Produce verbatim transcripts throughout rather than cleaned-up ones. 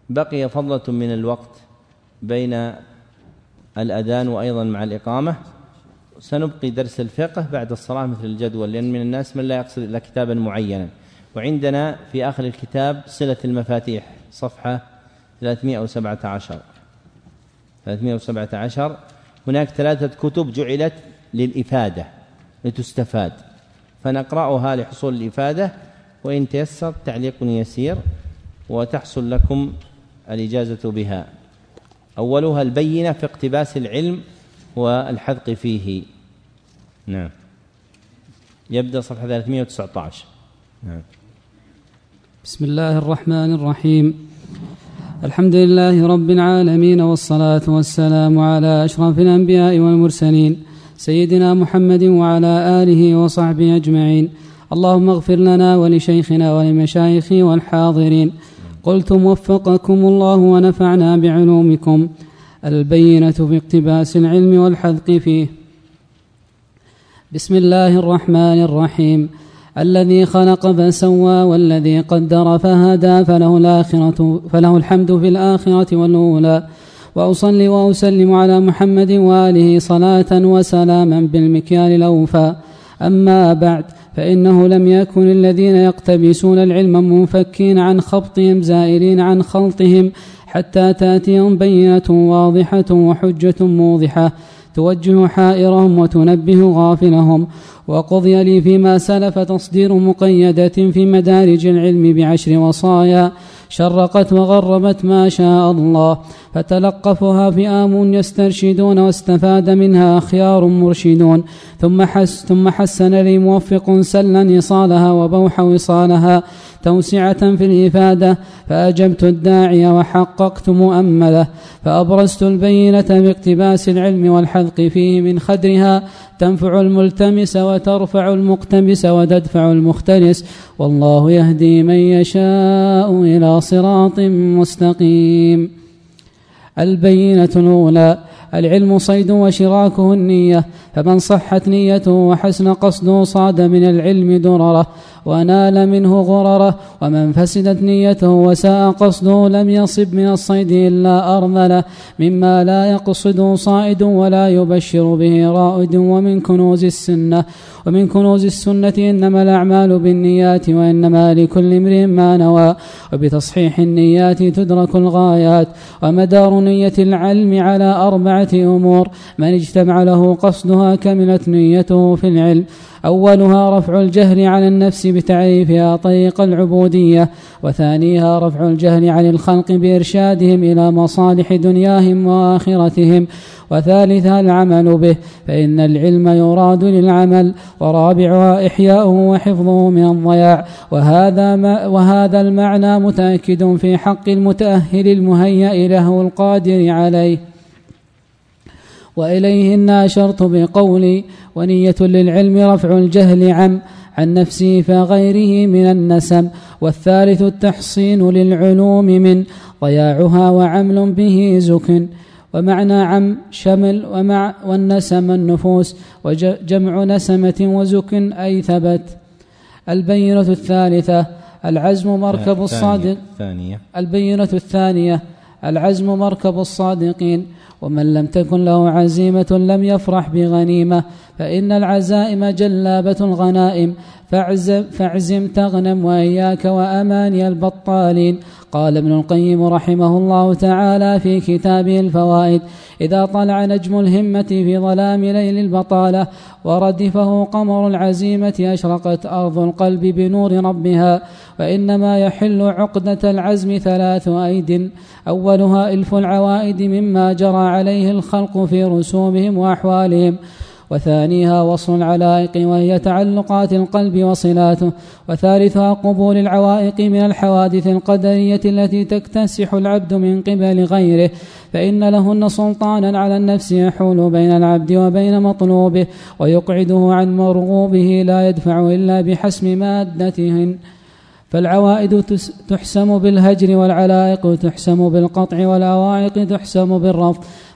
بقي فضلة من الوقت بين الأذان وأيضا مع الإقامة. سنبقي درس الفقه بعد الصلاة مثل الجدول، لأن من الناس من لا يقصد إلا كتابا معينا. وعندنا في آخر الكتاب صلة المفاتيح صفحة ثلاثمائة وسبعة عشر ثلاثمائة وسبعة عشر. هناك ثلاثة كتب جعلت للإفادة لتستفاد، فنقرأها لحصول الإفادة، وإن تيسر تعليق يسير وتحصل لكم الإجازة بها. أولها البينة في اقتباس العلم والحذق فيه. نعم. يبدأ صفحة ثلاثمائة وتسعة عشر. نعم. بسم الله الرحمن الرحيم. الحمد لله رب العالمين، والصلاة والسلام على أشرف الأنبياء والمرسلين سيدنا محمد وعلى آله وصحبه أجمعين. اللهم اغفر لنا ولشيخنا ولمشايخ والحاضرين. قلتم وفقكم الله ونفعنا بعلومكم. البينة في اقتباس العلم والحذق فيه. بسم الله الرحمن الرحيم. الذي خلق فسوى والذي قدر فهدى فله الآخرة فله الحمد في الآخرة والأولى. وأصلي وأسلم على محمد وآله صلاة وسلاما بالمكيال الأوفى. أما بعد، فإنه لم يكن الذين يقتبسون العلم منفكين عن خبطهم زائرين عن خلطهم حتى تأتيهم بينة واضحة وحجة موضحة توجه حائرهم وتنبه غافلهم. وقضي لي فيما سلف تصدير مقيدة في مدارج العلم بعشر وصايا شرقت وغربت ما شاء الله، فتلقفها فئام يسترشدون واستفاد منها أخيار مرشدون. ثم, حس ثم حسن لي موفق سلا إيصالها وبوح وصالها توسعة في الإفادة، فأجبت الداعي وحققت مؤمله، فأبرزت البينة باقتباس العلم والحذق فيه من خدرها تنفع الملتمس وترفع المقتبس وتدفع المختلس، والله يهدي من يشاء إلى صراط مستقيم. البينة الأولى: العلم صيد وشراكه النية، فمن صحت نيته وحسن قصده صاد من العلم درره ونال منه غرره، ومن فسدت نيته وساء قصده لم يصب من الصيد إلا أرذله مما لا يقصده صائد ولا يبشر به رائد. ومن كنوز السنة ومن كنوز السنة إنما الأعمال بالنيات وإنما لكل امرئ ما نوى، وبتصحيح النيات تدرك الغايات. ومدار نية العلم على أربعة أمور: من اجتمع له قصدها كملت نيته في العلم. أولها رفع الجهل عن النفس بتعريفها طريق العبودية، وثانيها رفع الجهل عن الخلق بإرشادهم إلى مصالح دنياهم وآخرتهم، وثالثها العمل به، فإن العلم يراد للعمل، ورابعها إحياؤه وحفظه من الضياع. وهذا, ما وهذا المعنى متأكد في حق المتأهل المهيأ له القادر عليه. وإليهن أشرت بقولي: ونية للعلم رفع الجهل عن عن نفسه فغيره من النسم. والثالث التحصين للعلوم من ضياعها وعمل به زكن. ومعنى عم شمل ومع والنسم النفوس، وجمع نسمة وزكن أي ثبت. البينة الثالثة: العزم مركب الصادق. البينة الثانية: العزم مركب الصادقين، ومن لم تكن له عزيمة لم يفرح بغنيمة، فإن العزائم جلابة الغنائم، فاعزم, فاعزم تغنم وإياك وأماني البطالين. قال ابن القيم رحمه الله تعالى في كتابه الفوائد: إذا طلع نجم الهمة في ظلام ليل البطالة وردفه قمر العزيمة أشرقت أرض القلب بنور ربها. وإنما يحل عقدة العزم ثلاث أيد: أولها إلف العوائد مما جرى عليه الخلق في رسومهم وأحوالهم، وثانيها وصل العلائق وهي تعلقات القلب وصلاته، وثالثها قبول العوائق من الحوادث القدرية التي تكتسح العبد من قبل غيره، فإن لهن سلطانا على النفس يحول بين العبد وبين مطلوبه ويقعده عن مرغوبه لا يدفع إلا بحسم مادتهن. فالعوائد تحسم بالهجر، والعلائق تحسم بالقطع، والعوائق تحسم بالرفض.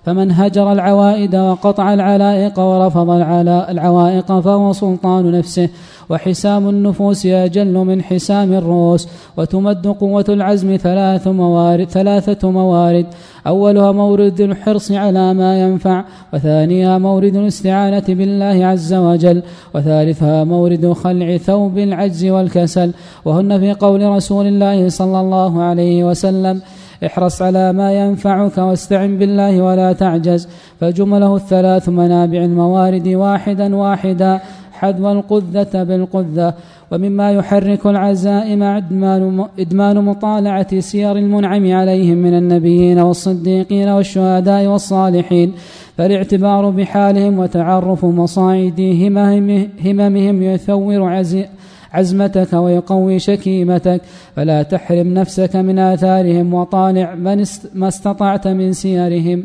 فمن هجر العوائد وقطع العلائق ورفض العوائق فهو سلطان نفسه. وحسام النفوس أجل من حسام الرؤوس. وتمد قوة العزم ثلاث موارد ثلاثة موارد: أولها مورد الحرص على ما ينفع، وثانيها مورد الاستعانة بالله عز وجل، وثالثها مورد خلع ثوب العجز والكسل. وهن في قول رسول الله صلى الله عليه وسلم: احرص على ما ينفعك واستعن بالله ولا تعجز. فجمله الثلاث منابع الموارد واحدا واحدا حذو القذة بالقذة. ومما يحرك العزائم إدمان مطالعة سير المنعم عليهم من النبيين والصديقين والشهداء والصالحين، فالاعتبار بحالهم وتعرف مصاعد هممهم يثور عزمتك ويقوي شكيمتك، فلا تحرم نفسك من آثارهم وطالع ما استطعت من سيرهم.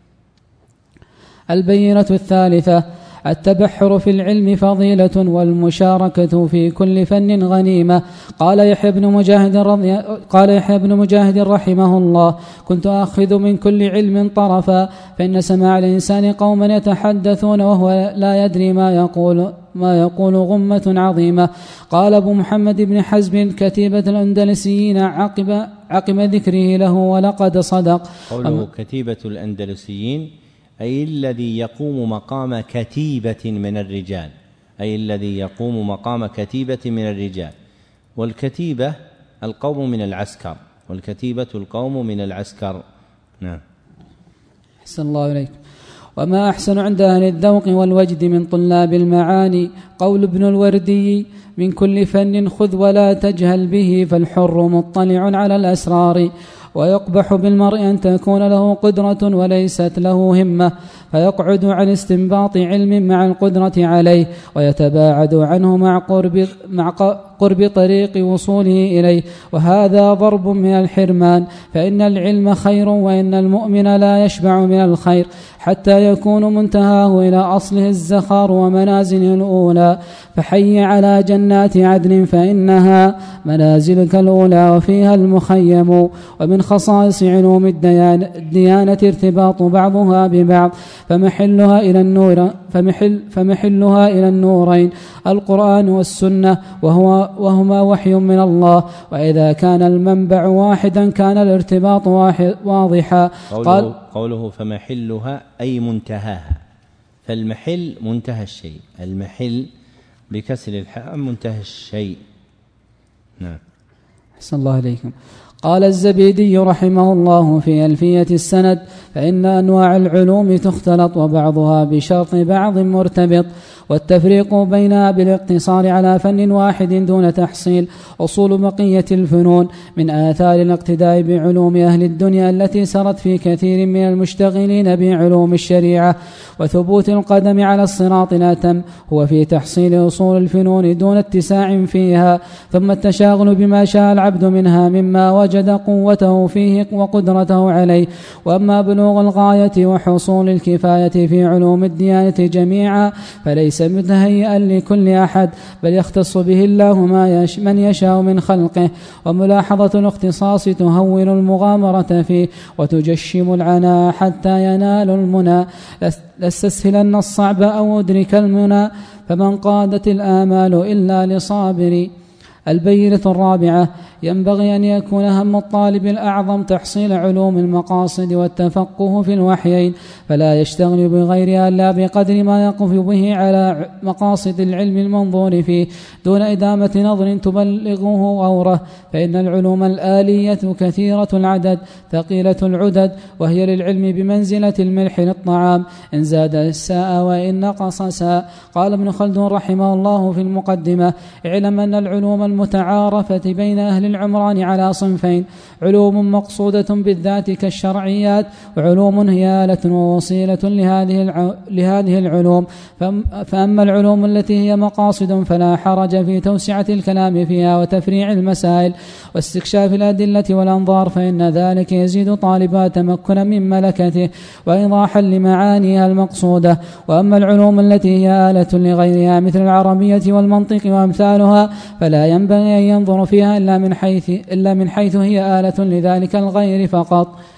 البينة الثالثة: التبحر في العلم فضيلة، والمشاركة في كل فن غنيمة. قال يحيى بن مجاهد رضي قال يحيى بن مجاهد رحمه الله: كنت آخذ من كل علم طرفا، فإن سماع الإنسان قوما يتحدثون وهو لا يدري ما يقول ما يقول غمة عظيمة. قال أبو محمد بن حزم كتيبة الأندلسيين عقب عقب ذكره له: ولقد صدق. قوله كتيبة الأندلسيين أي الذي يقوم مقام كتيبة من الرجال، أي الذي يقوم مقام كتيبة من الرجال. والكتيبة القوم من العسكر، والكتيبة القوم من العسكر. نعم. أحسن الله إليك. وما أحسن عند أهل الذوق والوجد من طلاب المعاني قول ابن الوردي: من كل فن خذ ولا تجهل به، فالحر مطلع على الأسرار. ويقبح بالمرء أن تكون له قدرة وليست له همة، فيقعد عن استنباط علم مع القدرة عليه، ويتباعد عنه مع قرب, مع قرب طريق وصوله إليه، وهذا ضرب من الحرمان. فإن العلم خير، وإن المؤمن لا يشبع من الخير حتى يكون منتهاه إلى أصله الزخار ومنازله الأولى. فحي على جنات عدن فإنها منازلك الأولى وفيها المخيم. ومن خصائص علوم الديانة ارتباط بعضها ببعض، فمحلها إلى النور فمحل فمحلها إلى النورين القرآن والسنة، وهو وهما وحي من الله. وإذا كان المنبع واحدا كان الارتباط واضحا. قوله, قوله فمحلها أي منتهاها، فالمحل منتهى الشيء، المحل بكسر الحاء منتهى الشيء. نعم. أحسن الله إليكم. قال الزبيدي رحمه الله في ألفية السند: فإن أنواع العلوم تختلط، وبعضها بشرط بعض مرتبط، والتفريق بينها بالاقتصار على فن واحد دون تحصيل أصول بقية الفنون. من آثار الاقتداء بعلوم أهل الدنيا التي سرت في كثير من المشتغلين بعلوم الشريعة وثبوت القدم على الصراط الأتم هو في تحصيل أصول الفنون دون اتساع فيها، ثم التشاغل بما شاء العبد منها مما وجد قوته فيه وقدرته عليه. وأما بلوغ الغاية وحصول الكفاية في علوم الديانة جميعا فليس متهيئا لكل أحد، بل يختص به الله ما يش من يشاء من خلقه. وملاحظة الاختصاص تهون المغامرة فيه وتجشم العناء حتى ينال المنى. لاستسهلن الصعب أو أدرك المنى، فمن قادت الآمال إلا لصابري. البينة الرابعة: ينبغي أن يكون هم الطالب الأعظم تحصيل علوم المقاصد والتفقه في الوحيين، فلا يشتغل بغيرها إلا بقدر ما يقف به على مقاصد العلم المنظور فيه دون إدامة نظر تبلغه غوره. فإن العلوم الآلية كثيرة العدد ثقيلة العدد، وهي للعلم بمنزلة الملح للطعام، إن زاد الساء وإن نقص ساء. قال ابن خلدون رحمه الله في المقدمة: اعلم أن العلوم المتعارفة بين أهل العمران على صنفين: علوم مقصودة بالذات كالشرعيات، وعلوم هي آلة ووسيلة لهذه لهذه العلوم. فأما العلوم التي هي مقاصد فلا حرج في توسعة الكلام فيها وتفريع المسائل واستكشاف الأدلة والأنظار، فإن ذلك يزيد طالبا تمكنا من ملكته وإيضاحا لمعانيها المقصودة. وأما العلوم التي هي آلة لغيرها مثل العربية والمنطق وأمثالها فلا ينبغي أن ينظر فيها إلا من حيث إلا من حيث هي آلة لذلك الغير فقط.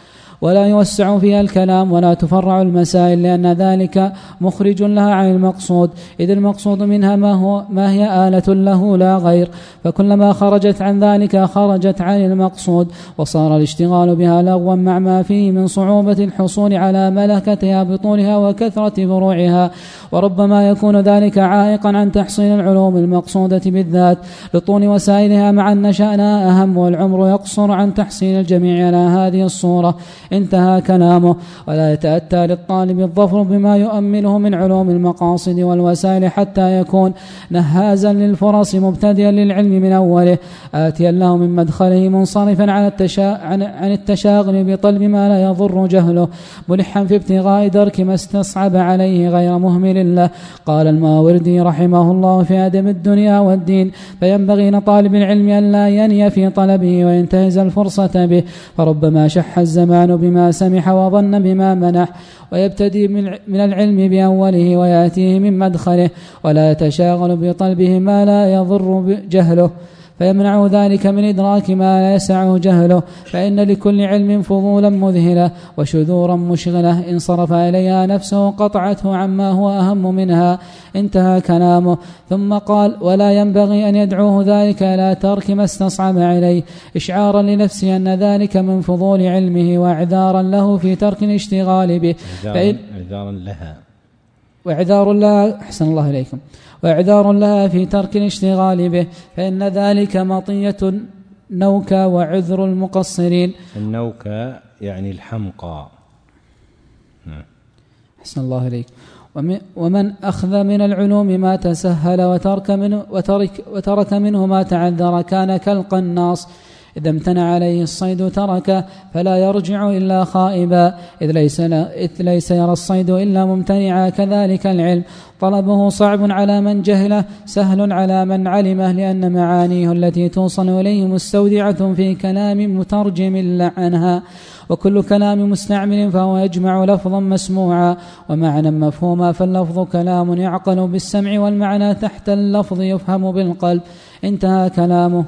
ولا يوسع فيها الكلام ولا تفرع المسائل، لأن ذلك مخرج لها عن المقصود، إذ المقصود منها ما, هو ما هي آلة له لا غير، فكلما خرجت عن ذلك خرجت عن المقصود، وصار الاشتغال بها لغوا مع ما فيه من صعوبة الحصول على ملكتها بطولها وكثرة فروعها، وربما يكون ذلك عائقا عن تحصيل العلوم المقصودة بالذات لطول وسائلها، مع أن شأنها أهم والعمر يقصر عن تحصيل الجميع على هذه الصورة. انتهى كلامه. ولا يتأتى للطالب الظفر بما يؤمله من علوم المقاصد والوسائل حتى يكون نهازا للفرص مبتدئا للعلم من أوله، آتيا له من مدخله منصرفا عن, التشا... عن... عن التشاغل بطلب ما لا يضر جهله، ملحا في ابتغاء درك ما استصعب عليه غير مهمل له. قال الماوردي رحمه الله في أدب الدنيا والدين: فينبغي لطالب العلم أن لا يني في طلبه وينتهز الفرصة به، فربما شح الزمان بما سمح وظن بما منح، ويبتدي من العلم بأوله ويأتيه من مدخله، ولا يتشاغل بطلبه ما لا يضر جهله، فيمنع ذلك من إدراك ما لا يسعه جهله، فإن لكل علم فضولا مذهلة وشذورا مشغلة، إن صرف إليها نفسه قطعته عما هو أهم منها. انتهى كلامه. ثم قال: ولا ينبغي أن يدعوه ذلك إلى ترك ما استصعب عليه، إشعارا لنفسه أن ذلك من فضول علمه وإعذارا له في ترك الاشتغال به، فإن إعذارا لها وإعذار لها أحسن الله إليكم وإعذار لها في ترك الاشتغال به، فإن ذلك مطية نوكى وعذر المقصرين. النوكى يعني الحمقى. أحسن الله إليك. ومن أخذ من العلوم ما تسهل وترك منه, وترك وترك منه ما تعذر كان كالقناص، إذا امتنع عليه الصيد ترك فلا يرجع إلا خائبا، إذ ليس, إذ ليس يرى الصيد إلا ممتنعا. كذلك العلم طلبه صعب على من جهله سهل على من علمه، لأن معانيه التي توصل إليه مستودعة في كلام مترجم عنها، وكل كلام مستعمل فهو يجمع لفظا مسموعا ومعنى مفهوما، فاللفظ كلام يعقل بالسمع، والمعنى تحت اللفظ يفهم بالقلب. انتهى كلامه.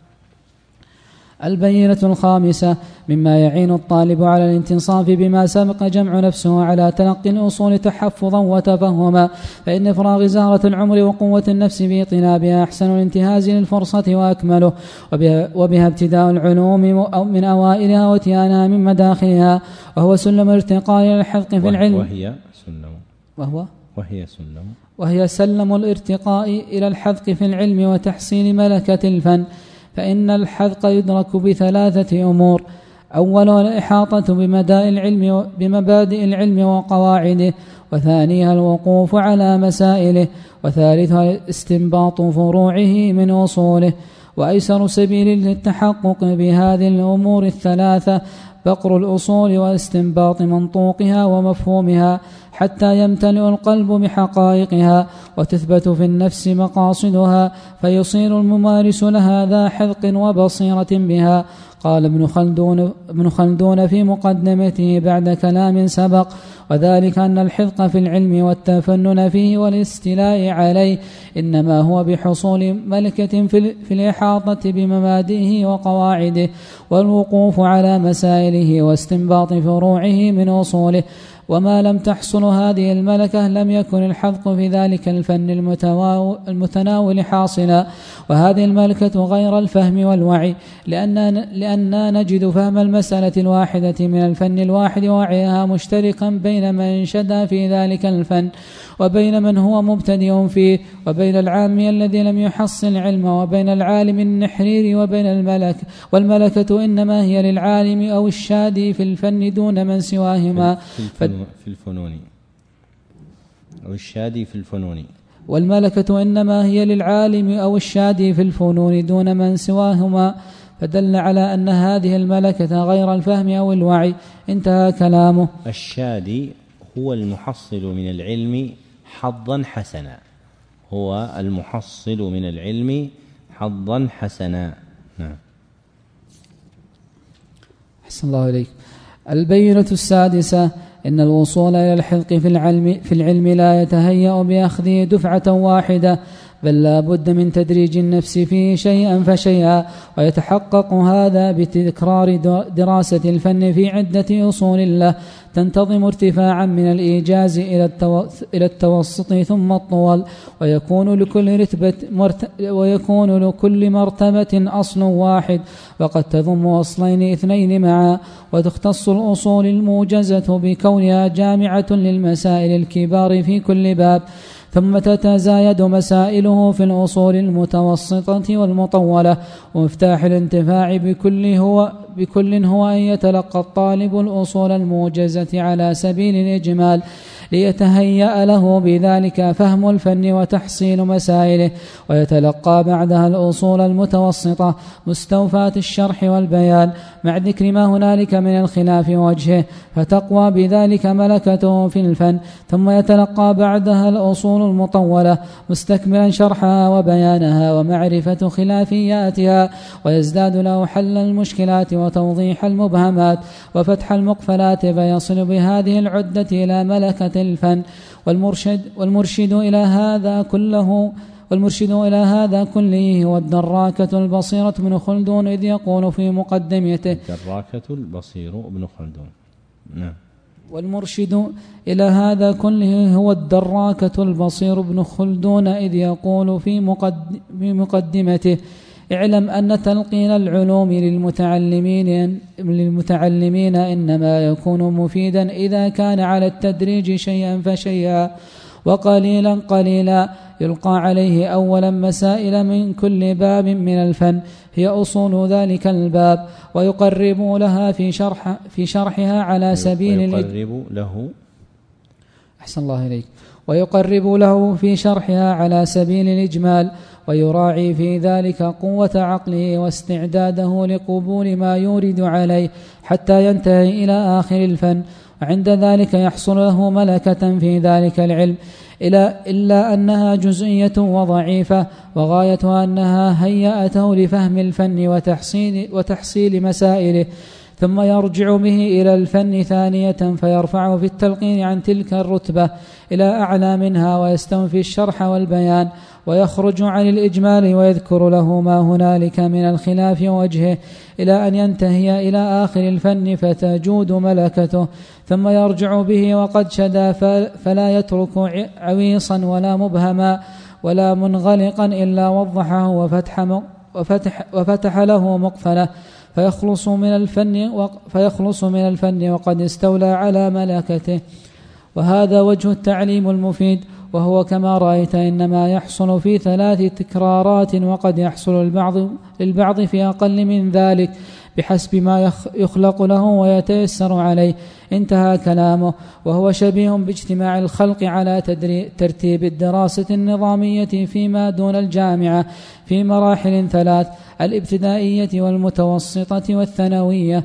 البينة الخامسة مما يعين الطالب على الانتصاف بما سبق جمع نفسه على تلقي الأصول تحفظا وتفهما، فإن إفراغ زهرة العمر وقوة النفس في طلابها أحسن الانتهاز للفرصة وأكمله، وبها, وبها ابتداء العلوم من أوائلها واتيانها من مداخلها، وهو سلم الارتقاء إلى الحذق في العلم وهي سلم وهو وهي سلم وهي سلم الارتقاء إلى الحذق في العلم وتحصيل ملكة الفن. فإن الحذق يدرك بثلاثة أمور: أولها الإحاطة بمبادئ العلم بمبادئ العلم وقواعده، وثانيها الوقوف على مسائله، وثالثها استنباط فروعه من أصوله. وأيسر سبيل للتحقق بهذه الأمور الثلاثة بقر الأصول واستنباط منطوقها ومفهومها، حتى يمتلئ القلب بحقائقها وتثبت في النفس مقاصدها، فيصير الممارس لها ذا حذق وبصيرة بها. قال ابن خلدون, ابن خلدون في مقدمته بعد كلام سبق: وذلك أن الحذق في العلم والتفنن فيه والاستيلاء عليه إنما هو بحصول ملكة في الإحاطة بمبادئه وقواعده، والوقوف على مسائله واستنباط فروعه من أصوله. وما لم تحصل هذه الملكة لم يكن الحذق في ذلك الفن المتناول حاصلا، وهذه الملكة غير الفهم والوعي، لأننا نجد فهم المسألة الواحدة من الفن الواحد ووعيها مشتركا بين من شدا في ذلك الفن وبين من هو مبتدئ فيه، وبين العامي الذي لم يحصل العلم، وبين العالم النحرير وبين الملك. والملكة إنما هي للعالم أو الشادي في الفن دون من سواهما في الفنون أو الشادي في الفنون. والملكة إنما هي للعالم أو الشادي في الفنون دون من سواهما، فدل على أن هذه الملكة غير الفهم أو الوعي. انتهى كلامه. الشادي هو المحصل من العلم حظا حسنا، هو المحصل من العلم حظا حسنا. نعم. أحسن الله إليك. البينة السادسة إن الوصول إلى الحذق في العلم, في العلم لا يتهيأ بأخذه دفعة واحدة، بل لا بد من تدريج النفس فيه شيئا فشيئا، ويتحقق هذا بتكرار دراسة الفن في عدة أصول له تنتظم ارتفاعا من الإيجاز إلى التوسط ثم الطول، ويكون لكل رتبة مرت... ويكون لكل مرتبة أصل واحد، وقد تضم أصلين اثنين معا، وتختص الأصول الموجزة بكونها جامعة للمسائل الكبار في كل باب، ثم تتزايد مسائله في الأصول المتوسطة والمطولة. ومفتاح الانتفاع بكل هو, بكل هو أن يتلقى الطالب الأصول الموجزة على سبيل الإجمال، ليتهيأ له بذلك فهم الفن وتحصيل مسائله، ويتلقى بعدها الأصول المتوسطة مستوفاة الشرح والبيان مع ذكر ما هنالك من الخلاف وجهه، فتقوى بذلك ملكته في الفن. ثم يتلقى بعدها الأصول المطولة مستكملا شرحها وبيانها ومعرفة خلافياتها، ويزداد له حل المشكلات وتوضيح المبهمات وفتح المقفلات، فيصل بهذه العدة إلى ملكة الفن. والمرشد, والمرشد إلى هذا كله والمرشد إلى هذا كله هو الدراكة البصيرة ابن خلدون، إذ يقول في مقدمته الدراكة البصير ابن خلدون. نعم. والمرشد إلى هذا كله هو الدراكة البصير ابن خلدون، إذ يقول في مقدمته: اعلم أن تلقين العلوم للمتعلمين, للمتعلمين إنما يكون مفيدا إذا كان على التدريج شيئا فشيئا وقليلا قليلا، يلقى عليه أولا مسائل من كل باب من الفن هي أصول ذلك الباب، ويقرب لها في شرح في شرحها على سبيل ويقرب له أحسن الله إليك ويقرب له في شرحها على سبيل الإجمال، ويراعي في ذلك قوة عقله واستعداده لقبول ما يورد عليه حتى ينتهي إلى آخر الفن، وعند ذلك يحصل له ملكة في ذلك العلم، إلا أنها جزئية وضعيفة، وغايتها أنها هيأته لفهم الفن وتحصيل, وتحصيل مسائله، ثم يرجع به إلى الفن ثانية فيرفعه في التلقين عن تلك الرتبة إلى أعلى منها، ويستوفي الشرح والبيان، ويخرج عن الإجمال ويذكر له ما هنالك من الخلاف وجهه إلى أن ينتهي إلى آخر الفن فتجود ملكته، ثم يرجع به وقد شدا فلا يترك عويصا ولا مبهما ولا منغلقا إلا وضحه وفتح, وفتح, وفتح له مقفله، فيخلص من الفن فيخلص من الفن وقد استولى على ملكته. وهذا وجه التعليم المفيد، وهو كما رأيت إنما يحصل في ثلاث تكرارات، وقد يحصل البعض للبعض في أقل من ذلك بحسب ما يخلق له ويتيسر عليه. انتهى كلامه. وهو شبيه باجتماع الخلق على ترتيب الدراسة النظامية فيما دون الجامعة في مراحل ثلاث: الابتدائية والمتوسطة والثانوية.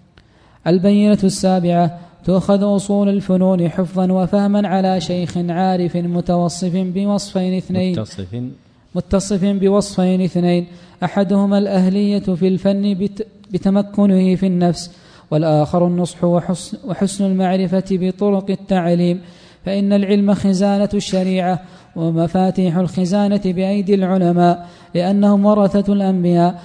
البينة السابعة: تؤخذ أصول الفنون حفظا وفهما على شيخ عارف متصف بوصفين اثنين متصف, متصف بوصفين اثنين أحدهما الأهلية في الفن بتمكنه في النفس، والآخر النصح وحسن, وحسن المعرفة بطرق التعليم، فإن العلم خزانة الشريعة ومفاتيح الخزانة بأيدي العلماء، لأنهم ورثة الأنبياء،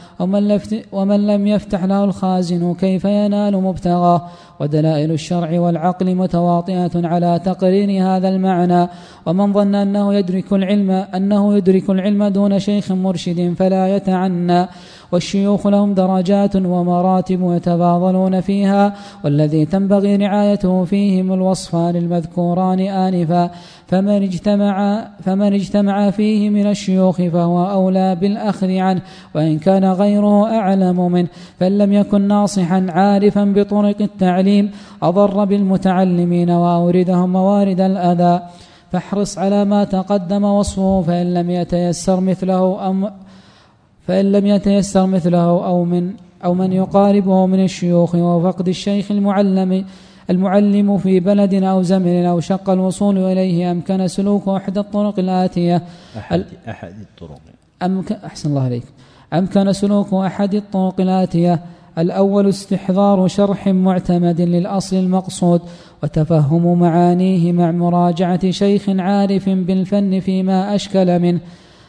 ومن لم يفتح له الخازن كيف ينال مبتغاه. ودلائل الشرع والعقل متواطئة على تقرير هذا المعنى، ومن ظن أنه يدرك العلم أنه يدرك العلم دون شيخ مرشد فلا يتعنى. والشيوخ لهم درجات ومراتب يتفاضلون فيها، والذي تنبغي رعايته فيهم الوصفان المذكوران آنفا، فمن اجتمع, فمن اجتمع فيه من الشيوخ فهو أولى بالأخذ عنه، وإن كان غيره أعلم منه، فإن لم يكن ناصحا عارفا بطرق التعليم أضر بالمتعلمين وأوردهم موارد الأذى. فاحرص على ما تقدم وصفه، فإن لم يتيسر مثله أم فإن لم يتيسر مثله أو من أو من يقاربه من الشيوخ، وفقد الشيخ المعلم المعلم في بلد أو زمن أو شق الوصول إليه، أمكن سلوك أحد الطرق الآتية أحد, أحد الطرق أمكن أحسن الله عليك أمكن سلوك أحد الطرق الآتية: الأول استحضار شرح معتمد للأصل المقصود، وتفهم معانيه مع مراجعة شيخ عارف بالفن فيما أشكل منه.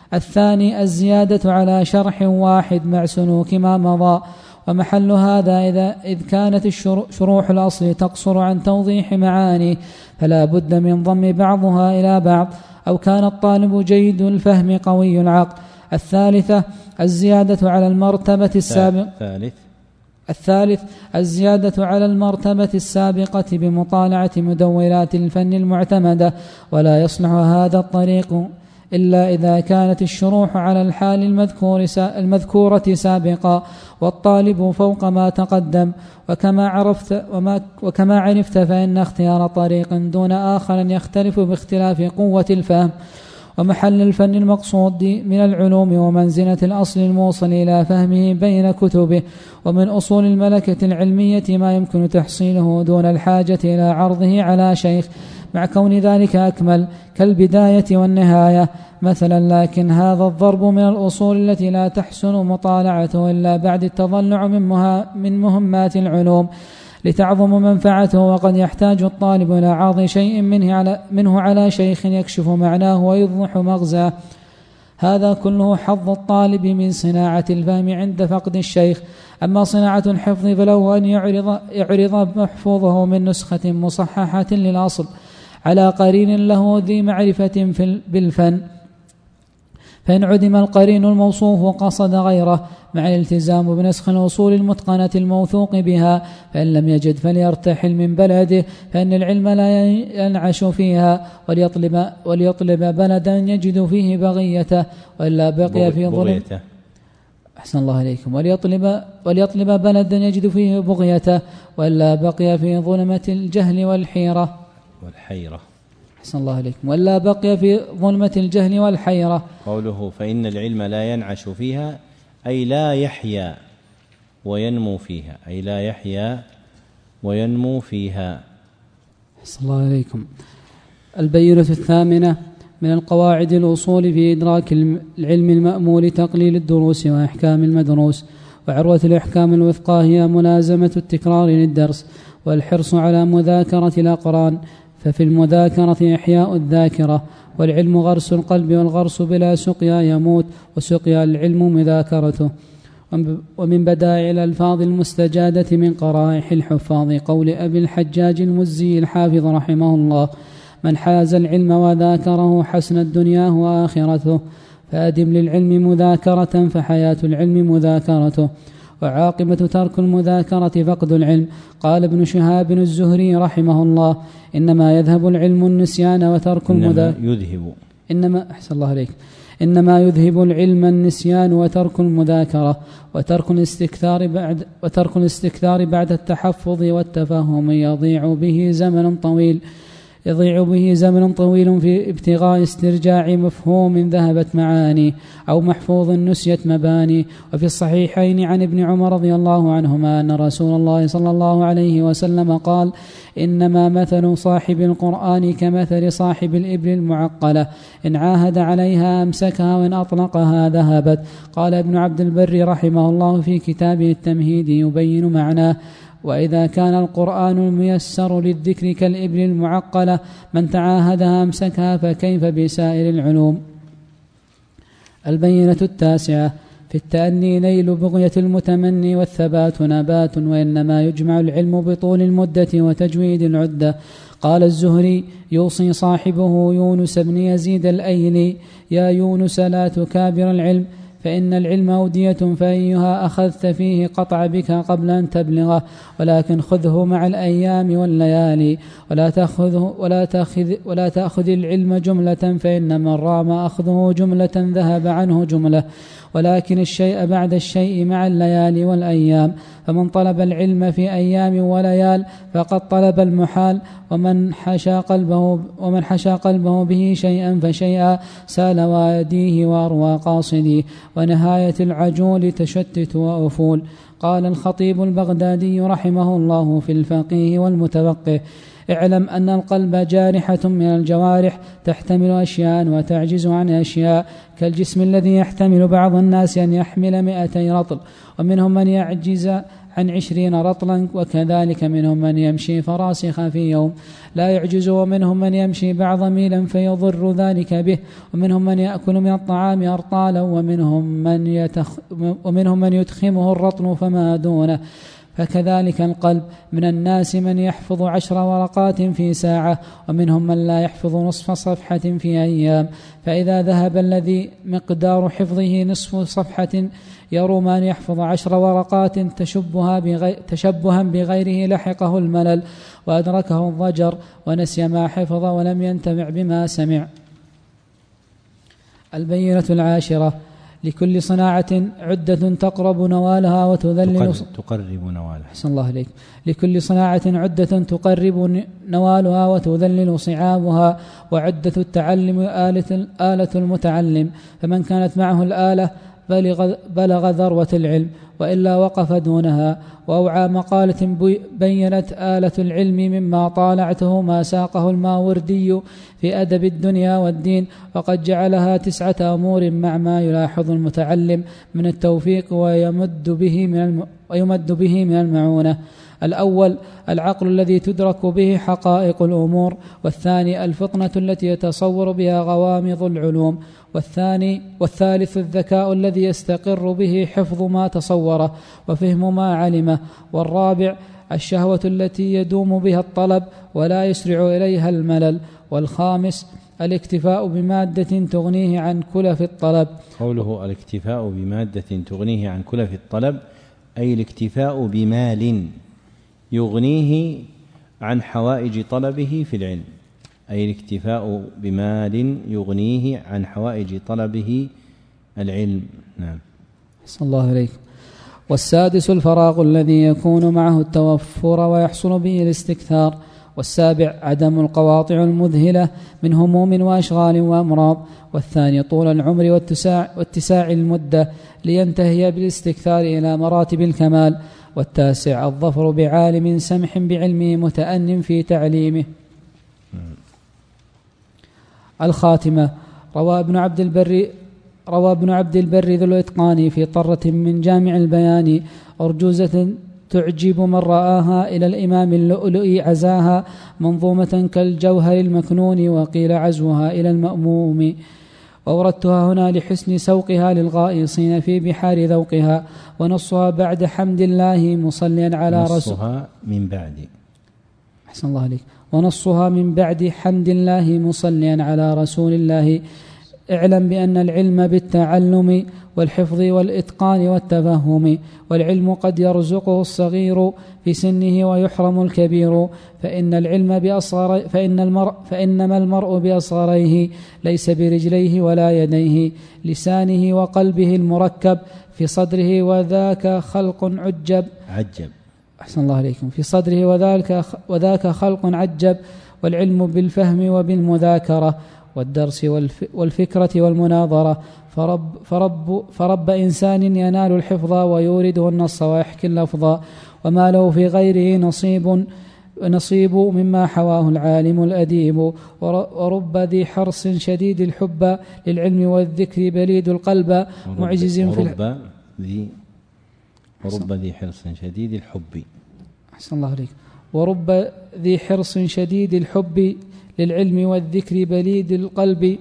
الثاني الزيادة على شرح واحد مع سلوك ما مضى، ومحل هذا إذا إذ كانت شروح الأصل تقصر عن توضيح معاني فلا بد من ضم بعضها إلى بعض، أو كان الطالب جيد الفهم قوي العقل. الثالثة الزيادة على المرتبة السابقة الثالث الزيادة على المرتبة السابقة بمطالعة مدونات الفن المعتمدة، ولا يصلح هذا الطريق إلا إذا كانت الشروح على الحال المذكور المذكورة سابقا والطالب فوق ما تقدم. وكما عرفت وما وكما عرفت فإن اختيار طريق دون آخر يختلف باختلاف قوة الفهم ومحل الفن المقصود من العلوم ومنزلة الأصل الموصل إلى فهمه بين كتبه. ومن أصول الملكة العلمية ما يمكن تحصيله دون الحاجة إلى عرضه على شيخ، مع كون ذلك أكمل كالبداية والنهاية مثلا، لكن هذا الضرب من الأصول التي لا تحسن مطالعته إلا بعد التضلع من مهمات العلوم لتعظم منفعته، وقد يحتاج الطالب إلى عرض شيء منه على, منه على شيخ يكشف معناه ويوضح مغزاه. هذا كله حظ الطالب من صناعة الفهم عند فقد الشيخ. أما صناعة الحفظ فله أن يعرض, يعرض محفوظه من نسخة مصححة للأصل على قرين له ذي معرفة بالفن، فإن عدم القرين الموصوف وقصد غيره مع الالتزام بنسخ الأصول المتقنة الموثوق بها، فإن لم يجد فليرتحل من بلده، فإن العلم لا ينعش فيها، وليطلب, وليطلب بلدا يجد فيه بغيته وإلا بقي في ظلم أحسن الله عليكم وليطلب, وليطلب بلدا يجد فيه بغيته وإلا بقي في ظلمة الجهل والحيرة والحيرة أحسن الله عليكم وإلا بقي في ظلمة الجهل والحيرة. قوله فإن العلم لا ينعش فيها أي لا يحيا وينمو فيها، أي لا يحيا وينمو فيها. أحسن الله عليكم. البينة الثامنة من القواعد الأصول في إدراك العلم المأمول تقليل الدروس وإحكام المدروس، وعروة الإحكام الوثقى هي ملازمة التكرار للدرس والحرص على مذاكرة الأقران، ففي المذاكرة إحياء الذاكرة، والعلم غرس القلب، والغرس بلا سقيا يموت، وسقيا العلم مذاكرته. ومن بدائع الألفاظ المستجادة من قرائح الحفاظ قول أبي الحجاج المزي الحافظ رحمه الله: من حاز العلم وذاكره حسنت دنياه وآخرته، فأدم للعلم مذاكرة فحياة العلم مذاكرته، وعاقبة ترك المذاكرة فقد العلم. قال ابن شهاب الزهري رحمه الله: إنما يذهب العلم النسيان وترك المذاكرة يذهب إنما أحسن الله عليك إنما يذهب العلم النسيان وترك المذاكرة، وترك الاستكثار بعد وترك الاستكثار بعد التحفظ والتفهم يضيع به زمن طويل يضيع به زمن طويل في ابتغاء استرجاع مفهوم ذهبت معاني أو محفوظ نسيت مباني. وفي الصحيحين عن ابن عمر رضي الله عنهما أن رسول الله صلى الله عليه وسلم قال: إنما مثل صاحب القرآن كمثل صاحب الإبل المعقلة، إن عاهد عليها أمسكها وإن أطلقها ذهبت. قال ابن عبد البر رحمه الله في كتابه التمهيد يبين معناه: وإذا كان القرآن الميسر للذكر كالإبل المعقلة من تعاهدها أمسكها، فكيف بسائر العلوم؟ البينة التاسعة: في التأني نيل بغية المتمني، والثبات نبات، وإنما يجمع العلم بطول المدة وتجويد العدة. قال الزهري: يوصي صاحبه يونس بن يزيد الأيلي: يا يونس لا تكابر العلم، فإن العلم أودية، فأيها أخذت فيه قطع بك قبل أن تبلغه، ولكن خذه مع الأيام والليالي، ولا تأخذه ولا تأخذ ولا تأخذ العلم جملة، فإن من رام أخذه جملة ذهب عنه جملة، ولكن الشيء بعد الشيء مع الليالي والأيام. فمن طلب العلم في أيام وليال فقد طلب المحال، ومن حشى قلبه ومن حشى قلبه به شيئا فشيئا سال واديه وأروى قاصديه، ونهاية العجول تشتت وأفول. قال الخطيب البغدادي رحمه الله في الفقيه والمتفقه: اعلم أن القلب جارحة من الجوارح تحتمل أشياء وتعجز عن أشياء، كالجسم الذي يحتمل بعض الناس أن يحمل مئتي رطل، ومنهم من يعجز عن عشرين رطلا، وكذلك منهم من يمشي فراسخا في يوم لا يعجز، ومنهم من يمشي بعض ميلا فيضر ذلك به، ومنهم من يأكل من الطعام أرطالا، ومنهم من, يتخ ومنهم من يتخمه الرطل فما دونه. فكذلك القلب، من الناس من يحفظ عشر ورقات في ساعة، ومنهم من لا يحفظ نصف صفحة في أيام، فإذا ذهب الذي مقدار حفظه نصف صفحة يروم أن يحفظ عشر ورقات تشبها, بغي تشبها بغيره لحقه الملل وأدركه الضجر ونسي ما حفظ ولم ينتفع بما سمع. البينة العاشرة: لكل صناعة عدة تقرب نوالها وتذلل تقرب نوالها. أحسن الله عليك. لكل صناعة عدة تقرب نوالها وتذلل صعابها، وعدة التعلم آلة, آلة المتعلم، فمن كانت معه الآلة بلغ, بلغ ذروة العلم، وإلا وقف دونها. وأوعى مقالة بينت آلة العلم مما طالعته ما ساقه الماوردي في أدب الدنيا والدين، وقد جعلها تسعة أمور مع ما يلاحظ المتعلم من التوفيق ويمد به من, الم... ويمد به من المعونة. الأول العقل الذي تدرك به حقائق الأمور، والثاني الفطنة التي يتصور بها غوامض العلوم، والثاني والثالث الذكاء الذي يستقر به حفظ ما تصوره وفهم ما علمه، والرابع الشهوة التي يدوم بها الطلب ولا يسرع إليها الملل، والخامس الاكتفاء بمادة تغنيه عن كلف الطلب. قوله الاكتفاء بمادة تغنيه عن كلف الطلب أي الاكتفاء بمال يغنيه عن حوائج طلبه في العلم، أي الاكتفاء بمال يغنيه عن حوائج طلبه العلم. نعم. صلى الله عليه. والسادس الفراغ الذي يكون معه التوفر ويحصل به الاستكثار. والسابع عدم القواطع المذهلة من هموم وأشغال وأمراض. والثاني طول العمر واتساع, واتساع المدة لينتهي بالاستكثار إلى مراتب الكمال. والتاسع الظفر بعالم سمح بعلمه متأن في تعليمه. الخاتمة: روى ابن عبد البر روى ابن عبد البر ذو الإتقان في طرة من جامع البيان أرجوزة تعجب من رآها إلى الإمام اللؤلؤي عزاها منظومة كالجوهر المكنون، وقيل عزوها إلى المأموم. وأوردتها هنا لحسن سوقها للغائصين في بحار ذوقها. ونصها بعد حمد الله مصليا على رسول نصها من بعد أحسن الله عليك. ونصها من بعد حمد الله مصليا على رسول الله. اعلم بأن العلم بالتعلم والحفظ والإتقان والتفهم، والعلم قد يرزقه الصغير في سنه ويحرم الكبير، فإن العلم بأصغر فإن المرء فإنما المرء بأصغريه ليس برجليه ولا يديه، لسانه وقلبه المركب في صدره وذاك خلق عجب عجب أحسن الله عليكم في صدره وذاك وذاك خلق عجب. والعلم بالفهم وبالمذاكرة والدرس والفكرة والمناظرة، فرب, فرب, فرب إنسان ينال الحفظ ويورده النص ويحكي اللفظ، وما له في غيره نصيب نصيب مما حواه العالم الأديب. ورب ذي حرص شديد الحب للعلم والذكر بليد القلب معجز في ورب ذي ورب ذي حرص شديد الحب أحسن الله عليك. ورب ذي حرص شديد الحب للعلم والذكر بليد القلب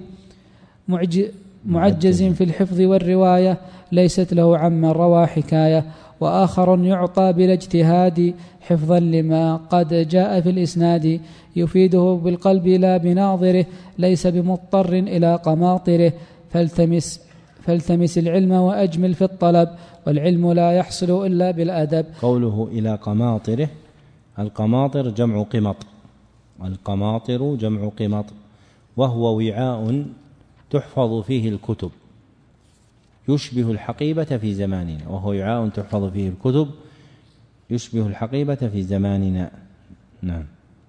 معجز في الحفظ والرواية، ليست له عمن روى حكاية. وآخر يعطى بلا اجتهاد حفظا لما قد جاء في الإسناد، يفيده بالقلب لا بناظره، ليس بمضطر إلى قماطره. فالتمس, فالتمس العلم وأجمل في الطلب، والعلم لا يحصل إلا بالأدب. قوله إلى قماطره، القماطر جمع قمط، القماطر جمع قمط، وهو وعاء تحفظ فيه الكتب، يشبه الحقيبة في زماننا، وهو وعاء تحفظ فيه الكتب يشبه الحقيبة في زماننا. نعم.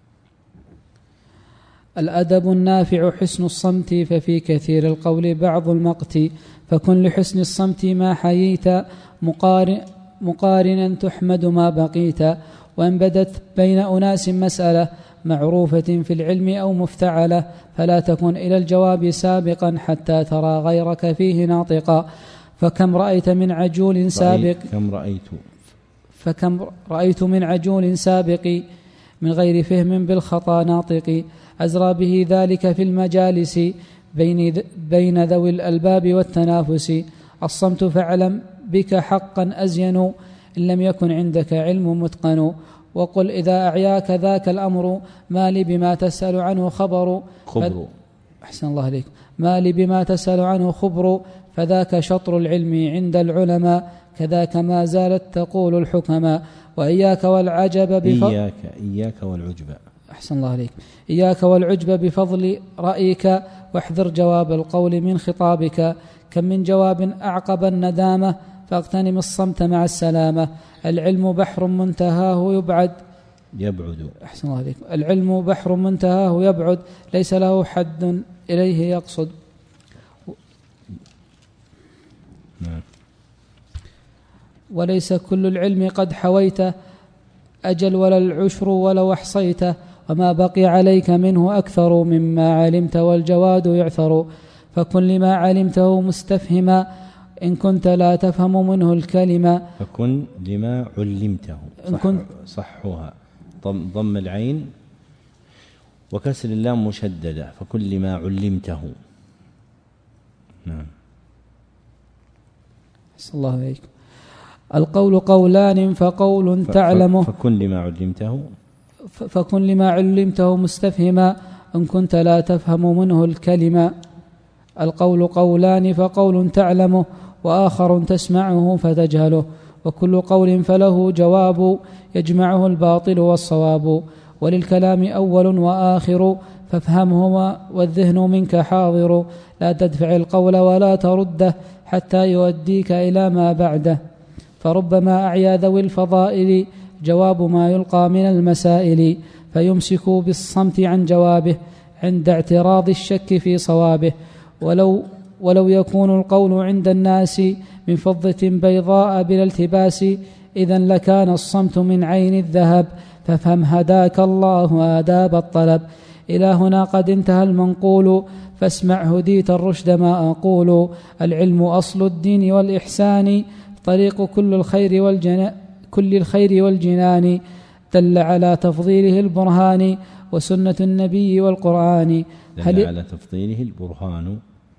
الأدب النافع حسن الصمت، ففي كثير القول بعض المقت، فكن لحسن الصمت ما حييت مقارن مقارنا تحمد ما بقيت. وإن بدت بين أناس مسألة معروفة في العلم أو مفتعلة، فلا تكن إلى الجواب سابقا حتى ترى غيرك فيه ناطقا. فكم رأيت من عجول سابق كم رأيت فكم رأيت من عجول سابق من غير فهم بالخطا ناطق أزرى به ذلك في المجالس بين, بين ذوي الألباب والتنافس الصمت فاعلم بك حقا أزين إن لم يكن عندك علم متقن وقل إذا أعياك ذاك الأمر ما لي بما تسأل عنه خبر خبر أحسن الله عليك ما لي بما تسأل عنه خبر فذاك شطر العلم عند العلماء كذاك ما زالت تقول الحكماء وإياك والعجب بفضل إياك, إياك والعجب أحسن الله عليك إياك والعجب بفضل رأيك واحذر جواب القول من خطابك كم من جواب أعقب الندامة فاغتنم الصمت مع السلامة العلم بحر منتهاه يبعد يبعد أحسن الله عليك العلم بحر منتهاه يبعد ليس له حد إليه يقصد نعم. وليس كل العلم قد حويته أجل ولا العشر ولو أحصيته وما بقي عليك منه أكثر مما علمت والجواد يعثر فكن لما علمته مستفهما إن كنت لا تفهم منه الكلمة فكن لما علمته إن صح كنت صحها ضم, ضم العين وكسر اللام مشددة فكن لما علمته نعم صلى الله عليكم القول قولان فقول تعلمه فكن لما علمته فكن لما علمته مستفهما إن كنت لا تفهم منه الكلمة القول قولان فقول تعلمه وآخر تسمعه فتجهله وكل قول فله جواب يجمعه الباطل والصواب وللكلام أول وآخر فافهمهما والذهن منك حاضر لا تدفع القول ولا ترده حتى يؤديك إلى ما بعده فربما أعيا ذوي الفضائل جواب ما يلقى من المسائل فيمسكوا بالصمت عن جوابه عند اعتراض الشك في صوابه ولو, ولو يكون القول عند الناس من فضة بيضاء بلا التباس إذن لكان الصمت من عين الذهب فافهم هداك الله آداب الطلب إلى هنا قد انتهى المنقول فاسمع هديت الرشد ما أقول العلم أصل الدين والإحسان طريق كل الخير والجنان كل الخير والجنان دل على تفضيله البرهان وسنة النبي والقرآن دل على تفضيله البرهان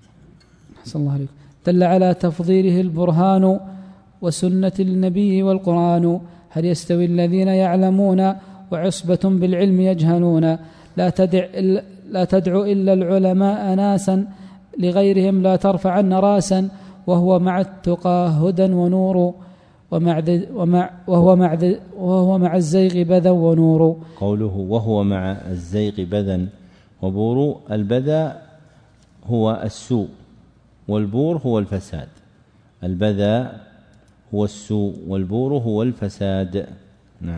حسن الله عليكم دل على تفضيله البرهان وسنة النبي والقرآن هل يستوي الذين يعلمون وعصبة بالعلم يجهلون لا تدع إلا, لا تدع إلا العلماء ناسا لغيرهم لا ترفعن راسا وهو مع التقى هدى ونور ومع, ومع وهو مع وهو مع الزيغ بذى ونور قوله وهو مع الزيغ بذى وبور البذى هو السوء والبور هو الفساد البذى هو السوء والبور هو الفساد نعم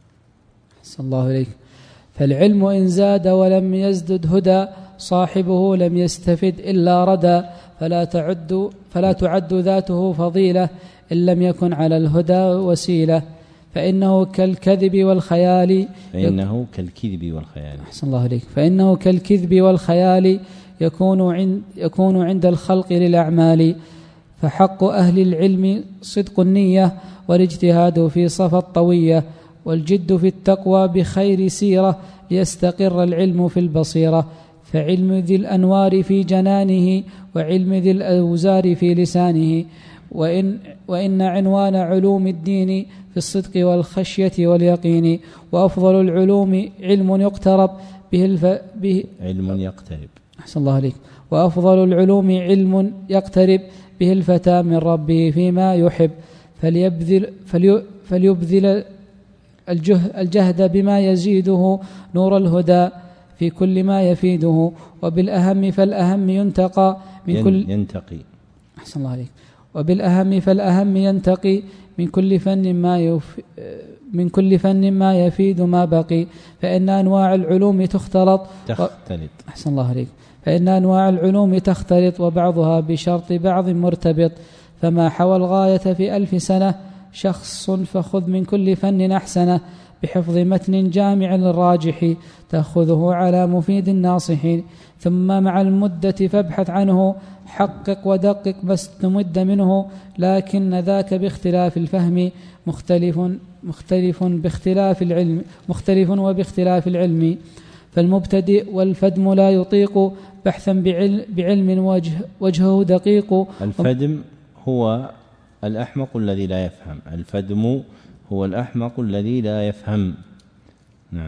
صلى الله عليك فالعلم إن زاد ولم يزدد هدى صاحبه لم يستفد إلا ردى فلا تعد فلا تعد ذاته فضيلة إن لم يكن على الهدى وسيلة فإنه كالكذب والخيال فإنه كالكذب والخيال أحسن الله عليك فإنه كالكذب والخيال يكون عند يكون عند الخلق للأعمال فحق أهل العلم صدق النية والاجتهاد في صفى الطوية والجد في التقوى بخير سيرة ليستقر العلم في البصيرة فعلم ذي الأنوار في جنانه وعلم ذي الأوزار في لسانه وإن, وإن عنوان علوم الدين في الصدق والخشية واليقين وأفضل العلوم علم يقترب به, الف... به علم يقترب أحسن الله عليك وأفضل العلوم علم يقترب به الفتى من ربه فيما يحب فليبذل, فلي... فليبذل الجهد بما يزيده نور الهدى في كل ما يفيده وبالأهم فالأهم ينتقى من كل ينتقي أحسن الله عليك وبالأهم فالأهم ينتقي من كل فن ما يف... من كل فن ما يفيد ما بقي فإن أنواع العلوم تختلط تختلط أحسن الله عليك فإن أنواع العلوم تختلط وبعضها بشرط بعض مرتبط فما حوى الغاية في ألف سنة شخص فخذ من كل فن أحسنه بحفظ متن جامع للراجح تأخذه على مفيد الناصحين ثم مع المدة فابحث عنه حقق ودقق ما استمد منه لكن ذاك باختلاف الفهم مختلف مختلف باختلاف العلم مختلف وباختلاف العلم، فالمبتدئ والفدم لا يطيق بحثا بعلم, بعلم وجه وجهه دقيق. الفدم هو الأحمق الذي لا يفهم، الفدم هو الأحمق الذي لا يفهم. نعم.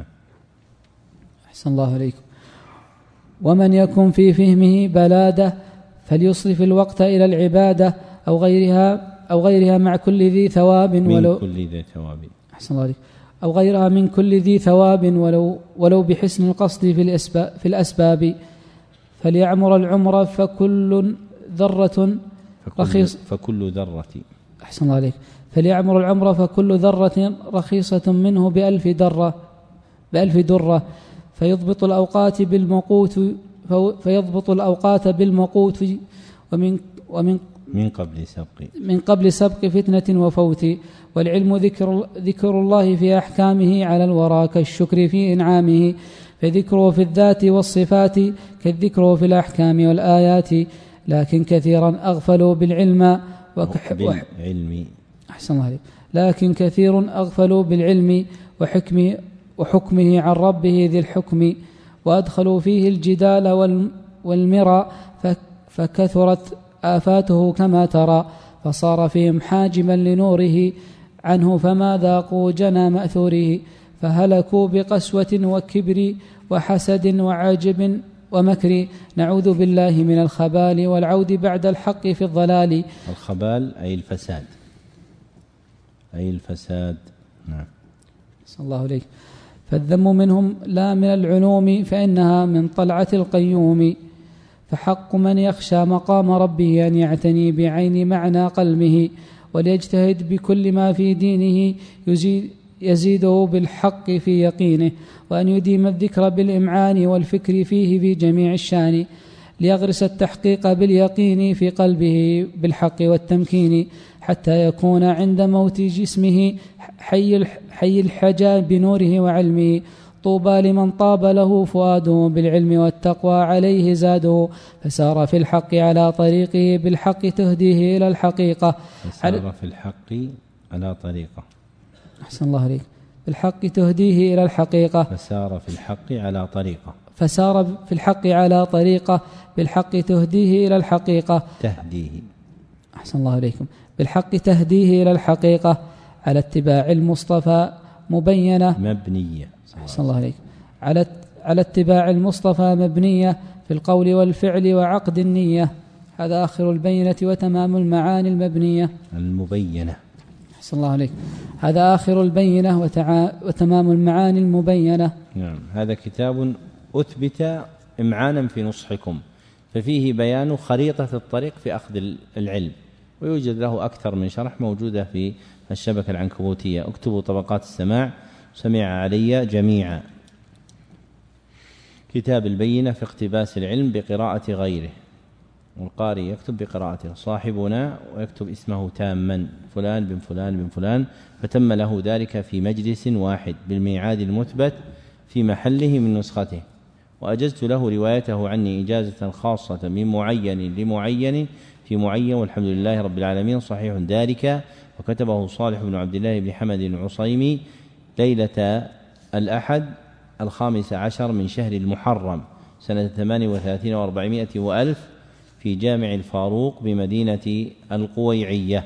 أحسن الله عليكم. ومن يكن في فهمه بلادة فليصرف الوقت إلى العبادة أو غيرها أو غيرها مع كل ذي ثواب ولو من كل ذي ثواب. أحسن الله عليكم. أو غيرها من كل ذي ثواب ولو ولو بحسن القصد في الأسباب في الأسباب فليعمر العمر فكل ذرة رخيص فكل ذرة أحسن الله عليك فليعمر العمر فكل ذرة رخيصة منه بألف درة بألف درة فيضبط الأوقات بالمقوت فيضبط الأوقات بالمقوت ومن ومن من قبل سبق من قبل سبق فتنة وفوت. والعلم ذكر ذكر الله في أحكامه على الورى كالشكر في إنعامه، فذكره في الذات والصفات كالذكره في الأحكام والآيات، لكن كثيرا أغفلوا بالعلم وكح... بالعلم أحسن الله عليك. لكن كثير أغفلوا بالعلم وحكمه وحكمه عن ربه ذي الحكم، وأدخلوا فيه الجدال والمرى فكثرت آفاته كما ترى، فصار فيهم حاجبا لنوره عنه فما ذاقوا جنى مأثوره، فهلكوا بقسوة وكبر وحسد وعجب ومكر، نعوذ بالله من الخبال والعود بعد الحق في الضلال. الخبال أي الفساد أي الفساد. نعم. صلى الله عليه. فالذم منهم لا من العلوم فإنها من طلعة القيوم، فحق من يخشى مقام ربه أن يعتني بعين معنى قلبه، وليجتهد بكل ما في دينه يزيد يزيده بالحق في يقينه، وأن يديم الذكر بالإمعان والفكر فيه في جميع الشان، ليغرس التحقيق باليقين في قلبه بالحق والتمكين، حتى يكون عند موت جسمه حي حي الحجا بنوره وعلمه. طوبى لمن طاب له فؤاده بالعلم والتقوى عليه زاده، فسار في الحق على طريقه بالحق تهديه إلى الحقيقة. فسار في الحق على طريقه أحسن الله عليك. بالحق تهديه إلى الحقيقة. فسار في الحق على طريقه فسار في الحق على طريقه بالحق تهديه إلى الحقيقة. تهديه أحسن الله عليكم. بالحق تهديه إلى الحقيقة على اتباع المصطفى مبينة مبنية. أحسن الله عليك. على على اتباع المصطفى مبنية في القول والفعل وعقد النية. هذا آخر البينة وتمام المعاني المبنية المبينة. أحسن الله عليك. هذا آخر البينة وتع... وتمام المعاني المبينة. نعم. هذا كتاب أثبت إمعانا في نصحكم، ففيه بيان خريطة الطريق في أخذ العلم، ويوجد له أكثر من شرح موجودة في الشبكة العنكبوتية. اكتبوا طبقات السماع سمع علي جميعا. كتاب البينة في اقتباس العلم بقراءة غيره، والقارئ يكتب بقراءته، صاحبنا ويكتب اسمه تاما فلان بن فلان بن فلان، فتم له ذلك في مجلس واحد بالميعاد المثبت في محله من نسخته، وأجزت له روايته عني إجازة خاصة من معين لمعين في معين، والحمد لله رب العالمين صحيح ذلك. وكتبه صالح بن عبد الله بن حمد العصيمي ليلة الأحد الخامس عشر من شهر المحرم سنة ثمان وثلاثين وأربعمائة وألف في جامع الفاروق بمدينة القويعية.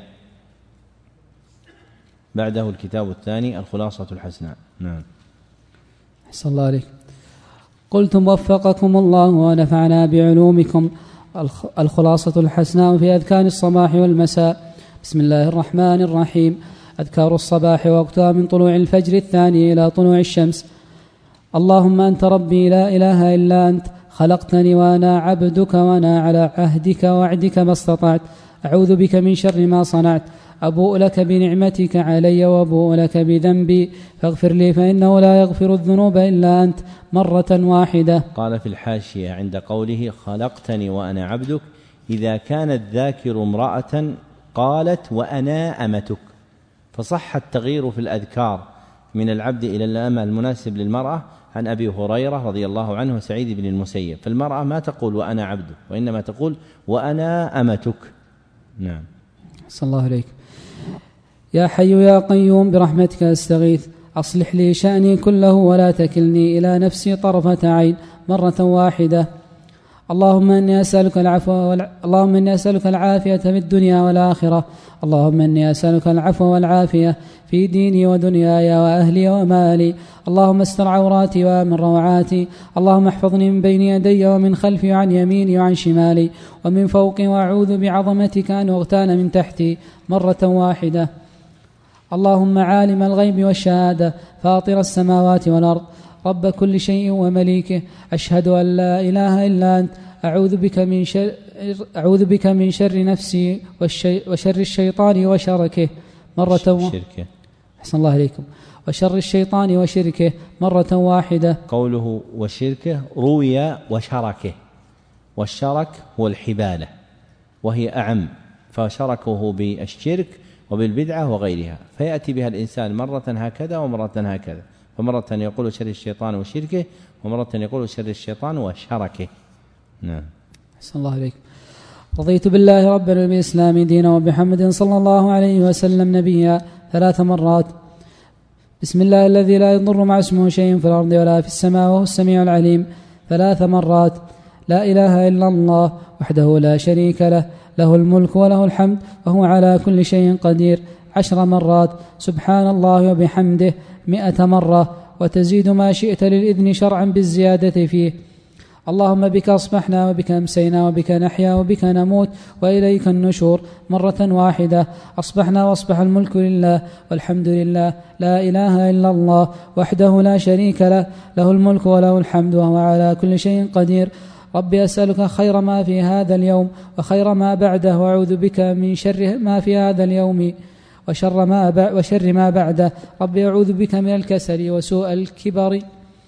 بعده الكتاب الثاني الخلاصة الحسناء. نعم. أحسن الله عليك. قلتم وفقكم الله ونفعنا بعلومكم. الخلاصة الحسناء في أذكار الصباح والمساء. بسم الله الرحمن الرحيم. أذكار الصباح وقتها من طلوع الفجر الثاني إلى طلوع الشمس. اللهم أنت ربي لا إله إلا أنت، خلقتني وأنا عبدك وأنا على عهدك وعدك ما استطعت، أعوذ بك من شر ما صنعت، أبوء لك بنعمتك علي وأبوء لك بذنبي، فاغفر لي فإنه لا يغفر الذنوب إلا أنت مرة واحدة. قال في الحاشية عند قوله خلقتني وأنا عبدك، إذا كان الذاكر امرأة قالت وأنا أمتك، فصح التغيير في الأذكار من العبد إلى الأمة المناسب للمرأة عن أبي هريرة رضي الله عنه وسعيد بن المسيب. فالمرأة ما تقول وأنا عبدك، وإنما تقول وأنا أمتك. نعم. صلى الله عليك. يا حي يا قيوم برحمتك أستغيث أصلح لي شأني كله ولا تكلني إلى نفسي طرفة عين مرة واحدة. اللهم إني أسألك العفو والع... اللهم إني أسألك العافية في الدنيا والآخرة. اللهم إني أسألك العفو والعافية في ديني ودنياي وأهلي ومالي. اللهم استر عوراتي وآمن روعاتي. اللهم احفظني من بين يدي ومن خلفي وعن يميني وعن شمالي ومن فوقي، وأعوذ بعظمتك أن أغتال من تحتي مرة واحدة. اللهم عالم الغيب والشهادة فاطر السماوات والأرض رب كل شيء ومليكه، أشهد أن لا إله إلا أنت، أعوذ بك من شر أعوذ بك من شر نفسي والشي... وشر الشيطان وشركه مرة واحدة. أحسن الله عليكم. وشر الشيطان وشركه مرة واحدة. قوله وشركه روي وشركه، والشرك هو الحبالة وهي أعم، فشركه بالشرك وبالبدعة وغيرها، فيأتي بها الإنسان مرة هكذا ومرة هكذا، فمرة يقول شر الشيطان وشركه، ومرة يقول شر الشيطان وشركه. نعم. أحسن الله عليكم. رضيت بالله ربا وبالإسلام دينا وبمحمد صلى الله عليه وسلم نبيا ثلاث مرات. بسم الله الذي لا يضر مع اسمه شيء في الأرض ولا في السماء وهو السميع العليم ثلاث مرات. لا إله إلا الله وحده لا شريك له، له الملك وله الحمد وهو على كل شيء قدير عشر مرات. سبحان الله وبحمده مئة مرة، وتزيد ما شئت للإذن شرعا بالزيادة فيه. اللهم بك أصبحنا وبك أمسينا وبك نحيا وبك نموت وإليك النشور مرة واحدة. أصبحنا وأصبح الملك لله والحمد لله، لا إله إلا الله وحده لا شريك له، له الملك وله الحمد وهو على كل شيء قدير. ربي أسألك خير ما في هذا اليوم وخير ما بعده، وأعوذ بك من شر ما في هذا اليوم وشر ما وشر ما بعده. ربي أعوذ بك من الكسل وسوء الكبر.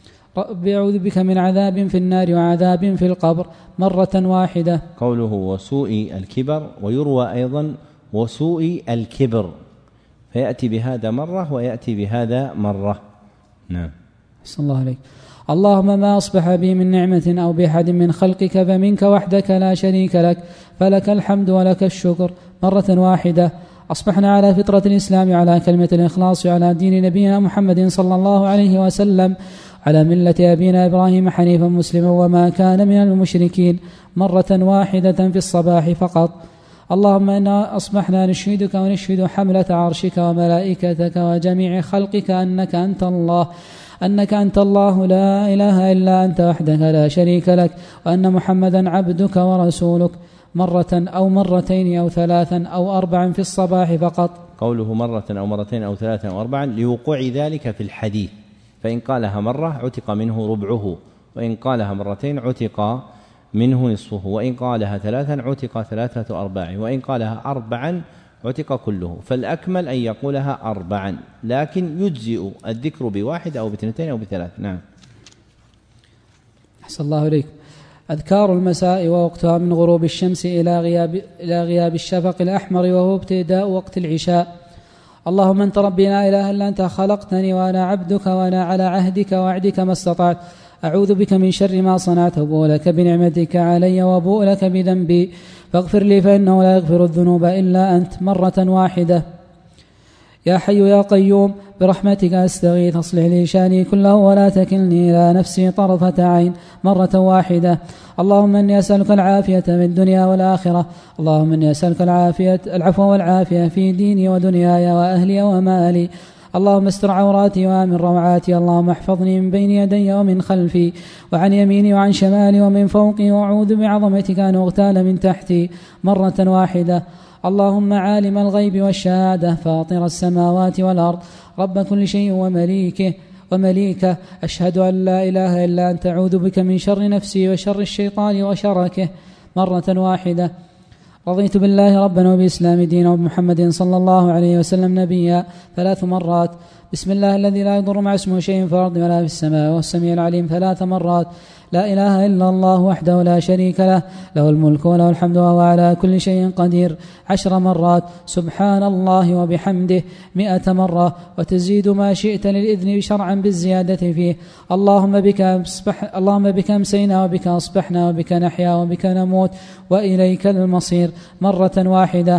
ربي أعوذ بك من عذاب في النار وعذاب في القبر مرة واحدة. قوله وسوء الكبر، ويروى أيضا وسوء الكبر، فيأتي بهذا مرة ويأتي بهذا مرة. نعم. أحسن الله عليك. اللهم ما أصبح بي من نعمة أو بأحد من خلقك فمنك وحدك لا شريك لك، فلك الحمد ولك الشكر مرة واحدة. أصبحنا على فطرة الإسلام وعلى كلمة الإخلاص وعلى دين نبينا محمد صلى الله عليه وسلم، على ملة أبينا إبراهيم حنيفا مسلما وما كان من المشركين مرة واحدة في الصباح فقط. اللهم إنا أصبحنا نشهدك ونشهد حملة عرشك وملائكتك وجميع خلقك أنك أنت الله أنك أنت الله لا إله إلا أنت وحدك لا شريك لك، وأن محمدا عبدك ورسولك مرة أو مرتين أو ثلاثا أو أربعا في الصباح فقط. قوله مرة أو مرتين أو ثلاثا أو أربعا لوقوع ذلك في الحديث، فإن قالها مرة عتق منه ربعه، وإن قالها مرتين عتق منه نصفه، وإن قالها ثلاثا عتق ثلاثة أرباع، وإن قالها أربعا عتق كله. فالأكمل أن يقولها أربعا، لكن يجزئ الذكر بواحد أو باثنتين أو بثلاث. نعم. أحسن الله إليك. أذكار المساء ووقتها من غروب الشمس إلى غياب, إلى غياب الشفق الأحمر، وهو ابتداء وقت العشاء. اللهم أنت ربي لا إله إلا أنت، خلقتني وأنا عبدك وأنا على عهدك ووعدك ما استطعت، أعوذ بك من شر ما صنعت، وأبوء لك بنعمتك علي وأبوء لك بذنبي، فاغفر لي فإنه لا يغفر الذنوب إلا أنت مرة واحدة. يا حي يا قيوم برحمتك أستغيث، أصلح لي شأني كله ولا تكلني إلى نفسي طرفة عين مرة واحدة. اللهم إني أسألك العافية في الدنيا والآخرة. اللهم إني أسألك العافية العفو والعافية في ديني ودنياي وأهلي ومالي. اللهم استر عوراتي وآمن روعاتي. اللهم احفظني من بين يدي ومن خلفي وعن يميني وعن شمالي ومن فوقي، وأعوذ بعظمتك أن أغتال من تحتي مرة واحدة. اللهم عالم الغيب والشهادة فاطر السماوات والأرض رب كل شيء ومليكه ومليكه، أشهد أن لا إله إلا أنت، أعوذ بك من شر نفسي وشر الشيطان وشركه مرة واحدة. رضيت بالله ربا وبالإسلام دينا وبمحمد صلى الله عليه وسلم نبيا ثلاث مرات. بسم الله الذي لا يضر مع اسمه شيء في الأرض ولا في السماء وهو السميع العليم ثلاث مرات. لا إله إلا الله وحده لا شريك له، له الملك وله الحمد وهو على كل شيء قدير عشر مرات. سبحان الله وبحمده مئة مرة، وتزيد ما شئت للإذن شرعا بالزيادة فيه. اللهم بك أصبح اللهم بك أمسينا وبك أصبحنا وبك نحيا وبك نموت وإليك المصير مرة واحدة.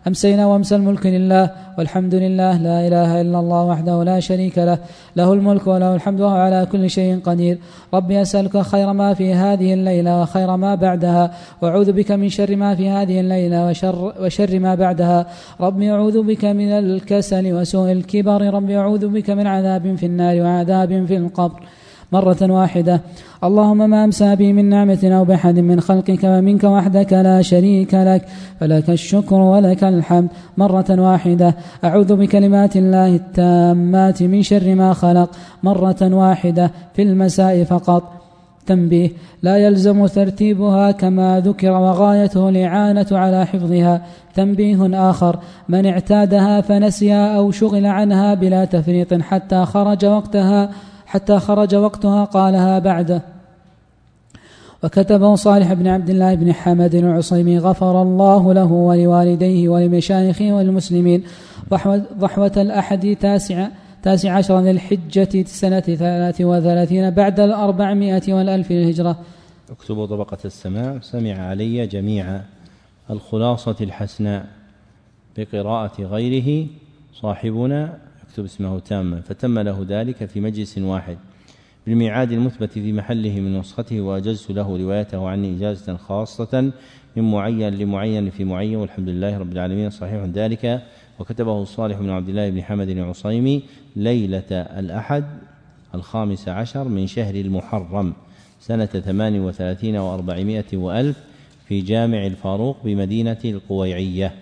أمسينا وأمسى الملك لله والحمد لله لا إله إلا الله وحده لا شريك له له الملك وله الحمد وهو على كل شيء قدير. ربي أسألك خير ما في هذه الليلة وخير ما بعدها، وأعوذ بك من شر ما في هذه الليلة وشر, وشر ما بعدها. ربي أعوذ بك من الكسل وسوء الكبر. ربي أعوذ بك من عذاب في النار وعذاب في القبر مرة واحدة. اللهم ما أمسى بي من نعمة أو بأحد من خلقك ومنك وحدك لا شريك لك، فلك الشكر ولك الحمد مرة واحدة. أعوذ بكلمات الله التامات من شر ما خلق مرة واحدة في المساء فقط. تنبيه: لا يلزم ترتيبها كما ذكر، وغايته الإعانة على حفظها. تنبيه آخر: من اعتادها فنسيها أو شغل عنها بلا تفريط حتى خرج وقتها حتى خرج وقتها قالها بعده. وكتبه صالح بن عبد الله بن حمد العصيمي غفر الله له ولوالديه ولمشايخه والمسلمين ضحوة الأحد تاسع تاسع عشر للحجة سنة ثلاث وثلاثين بعد الأربعمائة والألف للهجرة. اكتبوا طبقة السماع. سمع علي جميع الخلاصة الحسناء بقراءة غيره صاحبنا اكتب اسمه تاما، فتم له ذلك في مجلس واحد بالميعاد المثبت في محله من نسخته، وأجزت له روايته عني إجازة خاصة من معين لمعين في معين، والحمد لله رب العالمين صحيح ذلك. وكتبه صالح بن عبد الله بن حمد العصيمي ليلة الأحد الخامس عشر من شهر المحرم سنة ثمان وثلاثين وأربعمائة وألف في جامع الفاروق بمدينة القويعية.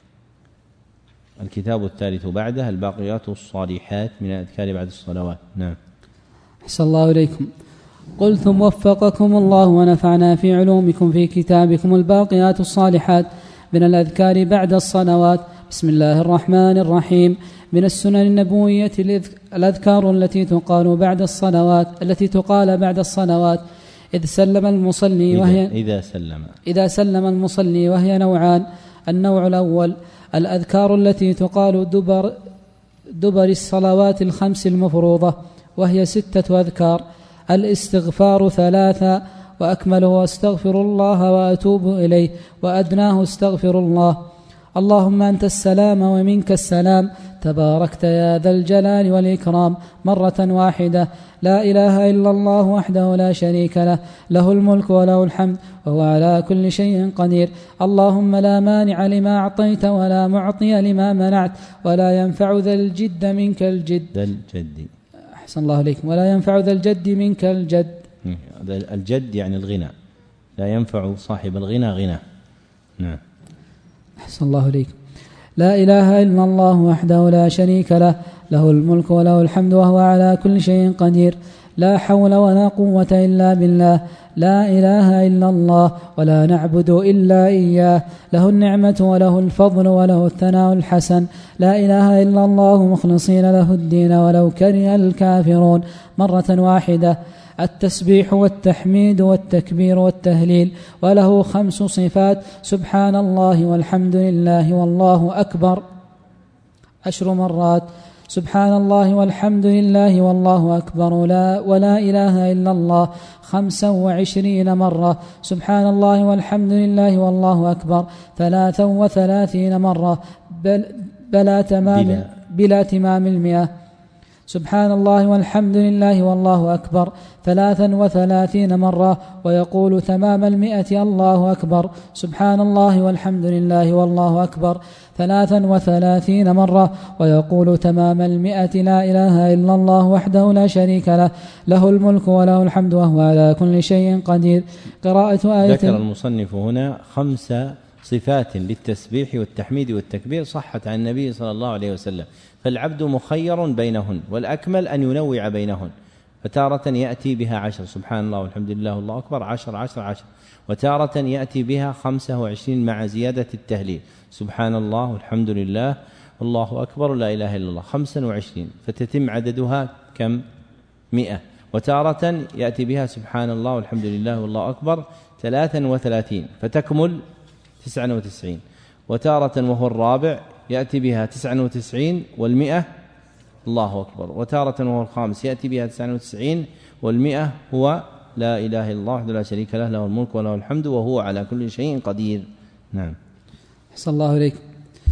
الكتاب الثالث بعده الباقيات الصالحات من الأذكار بعد الصلوات. نعم. أحسن الله إليكم. قلتم وفقكم الله ونفعنا في علومكم في كتابكم الباقيات الصالحات من الأذكار بعد الصلوات. بسم الله الرحمن الرحيم. من السنن النبوية الأذكار التي تقال بعد الصلوات التي تقال بعد الصلوات إذ سلم المصلي وهي إذا سلم إذا سلم المصلي وهي نوعان. النوع الأول الأذكار التي تقال دبر دبر الصلوات الخمس المفروضة، وهي ستة أذكار: الاستغفار ثلاثة، وأكمله استغفر الله وأتوب إليه، وأدناه استغفر الله. اللهم أنت السلام ومنك السلام، تباركت يا ذا الجلال والإكرام مرة واحدة. لا إله إلا الله وحده لا شريك له، له الملك وله الحمد وهو على كل شيء قدير. اللهم لا مانع لما أعطيت ولا معطي لما منعت ولا ينفع ذا الجد منك الجد ذا الجد أحسن الله عليكم ولا ينفع ذا الجد منك الجد. الجد يعني الغنى، لا ينفع صاحب الغنى غنى. نعم. أحسن الله عليكم. لا إله إلا الله وحده لا شريك له، له الملك وله الحمد وهو على كل شيء قدير. لا حول ولا قوة إلا بالله. لا إله إلا الله ولا نعبد إلا إياه، له النعمة وله الفضل وله الثناء الحسن. لا إله إلا الله مخلصين له الدين ولو كره الكافرون مرة واحدة. التسبيح والتحميد والتكبير والتهليل، وله خمس صفات: سبحان الله والحمد لله والله أكبر عشر مرات، سبحان الله والحمد لله والله أكبر ولا, ولا إله إلا الله خمسا وعشرين مرة، سبحان الله والحمد لله والله أكبر ثلاثا وثلاثين مرة بل بلا تمام بلا, بلا تمام المئة. سبحان الله والحمد لله والله أكبر ثلاثا وثلاثين مرة، ويقول تمام المئة الله أكبر. سبحان الله والحمد لله والله أكبر ثلاثا وثلاثين مرة، ويقول تمام المئة لا إله إلا الله وحده لا شريك له، له الملك وله الحمد وهو على كل شيء قدير. قراءة آية. ذكر المصنف هنا خمس صفات للتسبيح والتحميد والتكبير صحت عن النبي صلى الله عليه وسلم، فالعبد مخير بينهن، والأكمل أن ينوع بينهن، فتارة يأتي بها عشر سبحان الله والحمد لله والله أكبر عشر عشر عشر، وتارة يأتي بها خمسة وعشرين مع زيادة التهليل سبحان الله والحمد لله والله أكبر لا إله إلا الله خمسا وعشرين، فتتم عددها كم؟ مئة. وتارة يأتي بها سبحان الله والحمد لله والله أكبر ثلاثا وثلاثين فتكمل تسعا وتسعين. وتارة وهو الرابع يأتي بها تسعا وتسعين والمئة الله أكبر. وتارة وهو الخامس يأتي بها تسعا وتسعين والمئة هو لا إله إلا الله وحده لا شريك له، له الملك وله الحمد وهو على كل شيء قدير. نعم. أحسن الله إليكم.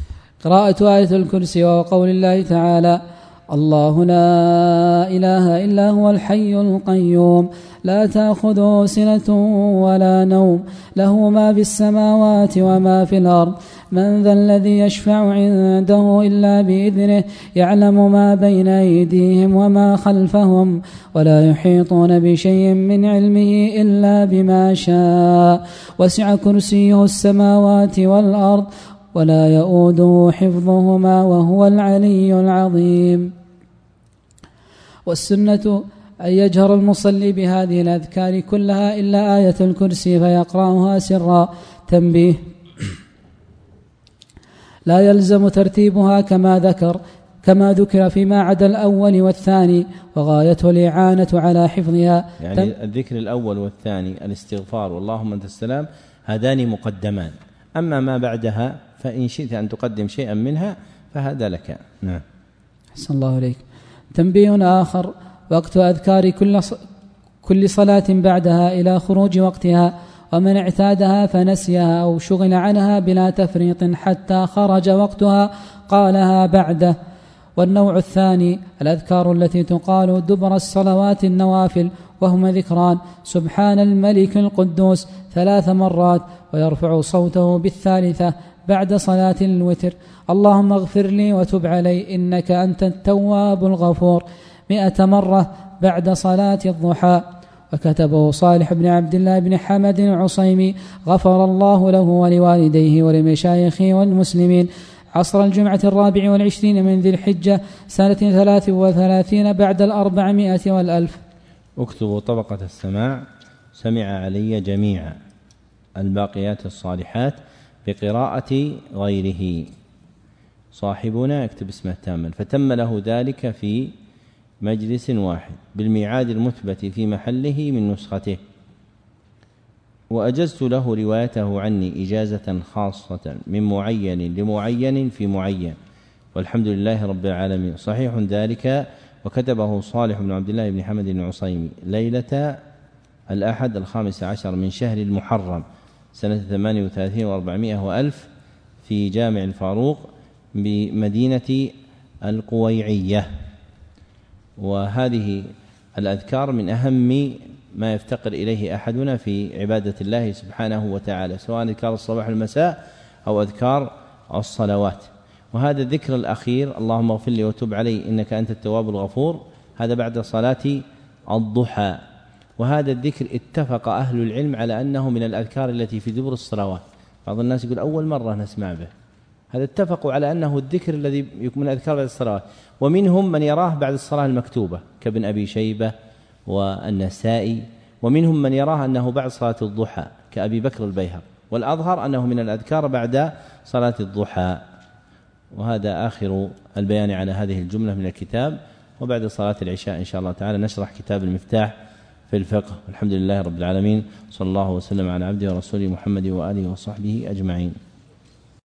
قراءة آية الكرسي وقول الله تعالى: الله لا إله إلا هو الحي القيوم لا تأخذه سنة ولا نوم له ما في السماوات وما في الأرض من ذا الذي يشفع عنده إلا بإذنه يعلم ما بين أيديهم وما خلفهم ولا يحيطون بشيء من علمه إلا بما شاء وسع كرسيه السماوات والأرض ولا يؤوده حفظهما وهو العلي العظيم. والسنة أن يجهر المصلي بهذه الأذكار كلها إلا آية الكرسي فيقرأها سرا. تنبيه: لا يلزم ترتيبها كما ذكر كما ذكر فيما عدا الأول والثاني وغايته الإعانة على حفظها. يعني الذكر الأول والثاني الاستغفار واللهم أنت السلام هذان مقدمان، أما ما بعدها فإن شئت أن تقدم شيئا منها فهذا لك. نعم. أحسن الله إليك. تنبيه آخر: وقت أذكار كل كل صلاة بعدها إلى خروج وقتها، ومن اعتادها فنسيها أو شغل عنها بلا تفريط حتى خرج وقتها قالها بعده. والنوع الثاني الأذكار التي تقال دبر الصلوات النوافل، وهما ذكران: سبحان الملك القدوس ثلاث مرات، ويرفع صوته بالثالثة بعد صلاة الوتر: اللهم اغفر لي وتب علي إنك أنت التواب الغفور، مئة مرة بعد صلاة الضحى. وكتبه صالح بن عبد الله بن حمد العصيمي غفر الله له ولوالديه ولمشايخه والمسلمين عصر الجمعة الرابع والعشرين من ذي الحجة سنة ثلاث وثلاثين بعد الأربعمائة والألف. اكتبوا طبقة السماع: سمع علي جميعا الباقيات الصالحات بقراءة غيره. صاحبنا يكتب اسمه تاما، فتم له ذلك في مجلس واحد بالميعاد المثبت في محله من نسخته، وأجزت له روايته عني إجازة خاصة من معين لمعين في معين، والحمد لله رب العالمين. صحيح ذلك، وكتبه صالح بن عبد الله بن حمد العصيمي ليلة الأحد الخامس عشر من شهر المحرم سنة ثمانية وثلاثين وأربعمائة وألف في جامع الفاروق بمدينة القويعية. وهذه الأذكار من أهم ما يفتقر إليه أحدنا في عبادة الله سبحانه وتعالى، سواء أذكار الصباح والمساء أو أذكار الصلوات. وهذا الذكر الأخير اللهم اغفر لي وتب علي إنك أنت التواب الغفور، هذا بعد صلاة الضحى. وهذا الذكر اتفق أهل العلم على أنه من الأذكار التي في دبر الصلوات. بعض الناس يقول أول مرة نسمع به، هذا اتفقوا على أنه الذكر الذي يكون من أذكار بعد الصلوات. ومنهم من يراه بعد الصلاة المكتوبة كابن أبي شيبة والنسائي، ومنهم من يراه أنه بعد صلاة الضحى كأبي بكر البيهقي، والأظهر أنه من الأذكار بعد صلاة الضحى. وهذا آخر البيان على هذه الجملة من الكتاب، وبعد صلاة العشاء إن شاء الله تعالى نشرح كتاب المفتاح في الفقه. الحمد لله رب العالمين، صلى الله وسلم على عبده ورسوله محمد وآله وصحبه أجمعين.